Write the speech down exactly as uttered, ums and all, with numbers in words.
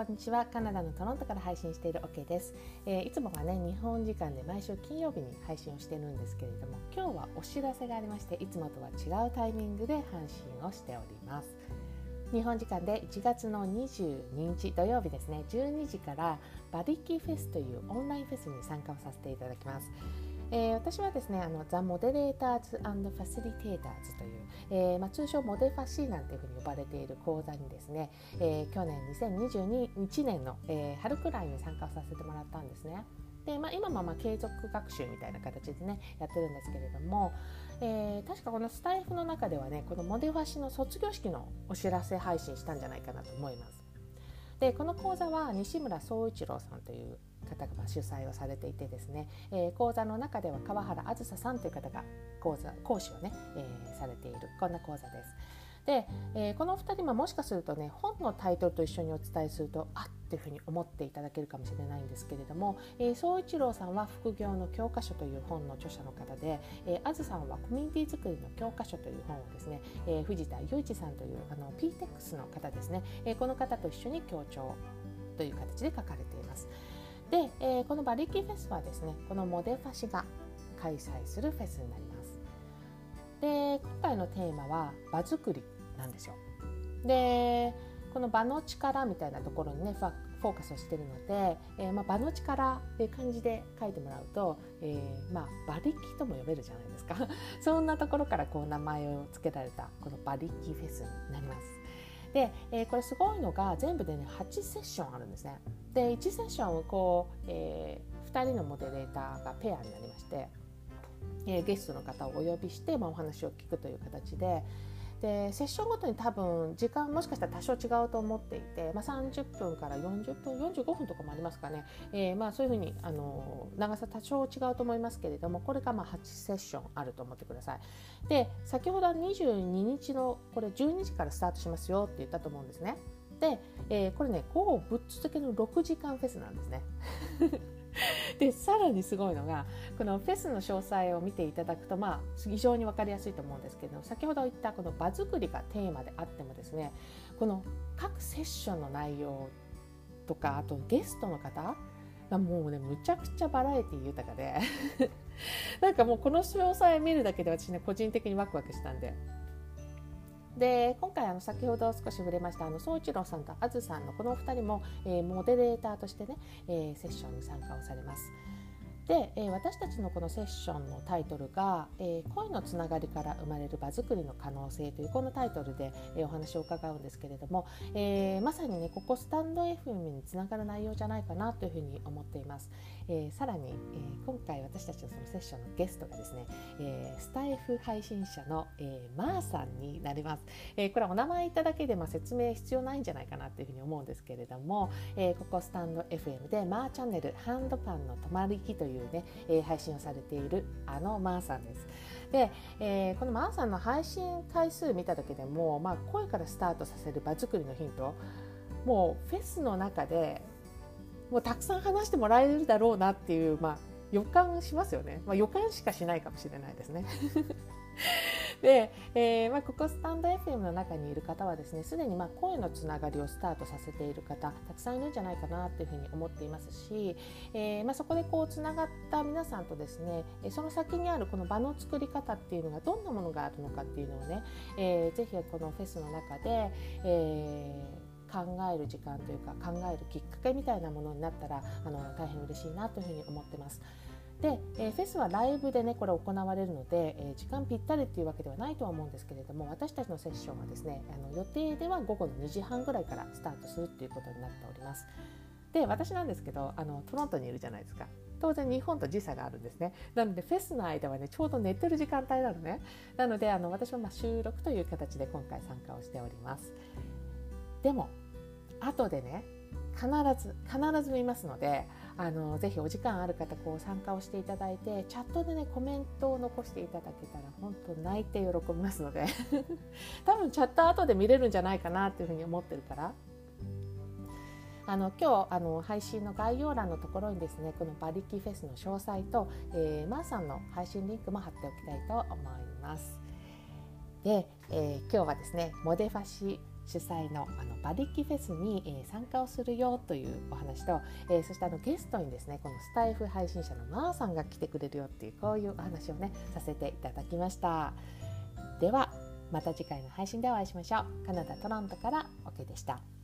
こんにちは。カナダのトロントから配信している OK です、えー、いつもはね日本時間で毎週金曜日に配信をしているんですけれども、今日はお知らせがありまして、いつもとは違うタイミングで配信をしております。日本時間でいちがつのにじゅうににち土曜日ですね、じゅうにじからバリキフェスというオンラインフェスに参加をさせていただきます。えー、私はですね、あのザ・モデレーターズ&ファシリテーターズという、えーまあ、通称モデファシなんていうふうに呼ばれている講座にですね、えー、去年にせんにじゅうにねんの、えー、春くらいに参加をさせてもらったんですね。で、まあ、今もまあ継続学習みたいな形でねやってるんですけれども、えー、確かこのスタイフの中ではね、このモデファシの卒業式のお知らせ配信したんじゃないかなと思います。で、この講座は西村総一郎さんという方が主催をされていてですね、えー、講座の中では川原あずささんという方が講座講師をね、えー、されているこんな講座です。で、えー、このふたりももしかするとね、本のタイトルと一緒にお伝えするとあっていうふうに思っていただけるかもしれないんですけれども、えー、総一郎さんは副業の教科書という本の著者の方で、えー、あずさんはコミュニティ作りの教科書という本をですね、えー、藤田雄一さんというあの ピーテックス の方ですね、えー、この方と一緒に協調という形で書かれています。で、えー、このバリキフェスはですね、このモデファシが開催するフェスになります。で、今回のテーマは場作りなんですよ。で、この場の力みたいなところにねフォーカスをしているので、えーまあ、場の力っていう感じで書いてもらうと、えーまあ、馬力とも呼べるじゃないですかそんなところからこう名前を付けられたこの馬力フェスになります。で、えー、これすごいのが全部でねはちセッションあるんですね。で、いちセッションをこう、えー、ふたりのモデレーターがペアになりまして、えー、ゲストの方をお呼びして、まあ、お話を聞くという形で、でセッションごとに多分時間もしかしたら多少違うと思っていて、まあ、さんじゅっぷんからよんじゅっぷんよんじゅうごふんとかもありますかね、えー、まあそういうふうにあの長さ多少違うと思いますけれども、これがまあはちセッションあると思ってください。で、先ほどはにじゅうににちのこれじゅうにじからスタートしますよって言ったと思うんですね。で、えー、これねごぶっ続けのろくじかんフェスなんですねで、さらにすごいのがこのフェスの詳細を見ていただくと、まあ非常に分かりやすいと思うんですけど、先ほど言ったこの場作りがテーマであってもですね、この各セッションの内容とか、あとゲストの方がもうねむちゃくちゃバラエティ豊かでなんかもうこの詳細を見るだけで私ね個人的にワクワクしたんで。で、今回あの先ほど少し触れましたあの総一郎さんとあずさんのこのお二人も、えー、モデレーターとしてね、えー、セッションに参加をされます。で、えー、私たちのこのセッションのタイトルが、えー、恋のつながりから生まれる場作りの可能性というこのタイトルで、えー、お話を伺うんですけれども、えー、まさにねここスタンド エフエム につながる内容じゃないかなというふうに思っています。えー、さらに、えー、今回私たちのそのセッションのゲストがですね、えー、スタイフ配信者の、えー、マーさんになります。えー、これはお名前いただけで、まあ、説明必要ないんじゃないかなというふうに思うんですけれども、えー、ここスタンド エフエム でマーチャンネルハンドパンの止まり木というね、えー、配信をされているあのマーさんです。で、えー、このマーさんの配信回数見ただけでも、まあ、声からスタートさせる場作りのヒント、もうフェスの中でもうたくさん話してもらえるだろうなっていう、まあ、予感しますよね。まあ、予感しかしないかもしれないですねで、えーまあ、ここスタンド エフエム の中にいる方はですね、すでにまあ声のつながりをスタートさせている方たくさんいるんじゃないかなというふうに思っていますし、えーまあ、そこでこうつながった皆さんとですね、その先にあるこの場の作り方っていうのがどんなものがあるのかっていうのをね、えー、ぜひこのフェスの中で、えー考える時間というか考えるきっかけみたいなものになったらあの大変嬉しいなというふうに思ってます。で、えー、フェスはライブでねこれ行われるので、えー、時間ぴったりっていうわけではないとは思うんですけれども、私たちのセッションはですね、あの予定では午後のにじはんぐらいからスタートするっていうことになっております。で、私なんですけどあのトロントにいるじゃないですか。当然日本と時差があるんですね。なのでフェスの間はねちょうど寝てる時間帯なのね。なのであの私はまあ収録という形で今回参加をしております。でも後でね必ず必ず見ますので、あのぜひお時間ある方こう参加をしていただいて、チャットでねコメントを残していただけたら本当泣いて喜びますので多分チャット後で見れるんじゃないかなというふうに思ってるから、あの今日あの配信の概要欄のところにですねこのバリキフェスの詳細と、えー、マーさんの配信リンクも貼っておきたいと思います。で、えー、今日はですねモデファシ主催のあのバディッキフェスに、えー、参加をするよというお話と、えー、そしてあのゲストにですねこのスタイフ配信者のマーさんが来てくれるよっていうこういうお話をねさせていただきました。ではまた次回の配信でお会いしましょう。カナダ・トロントからオケでした。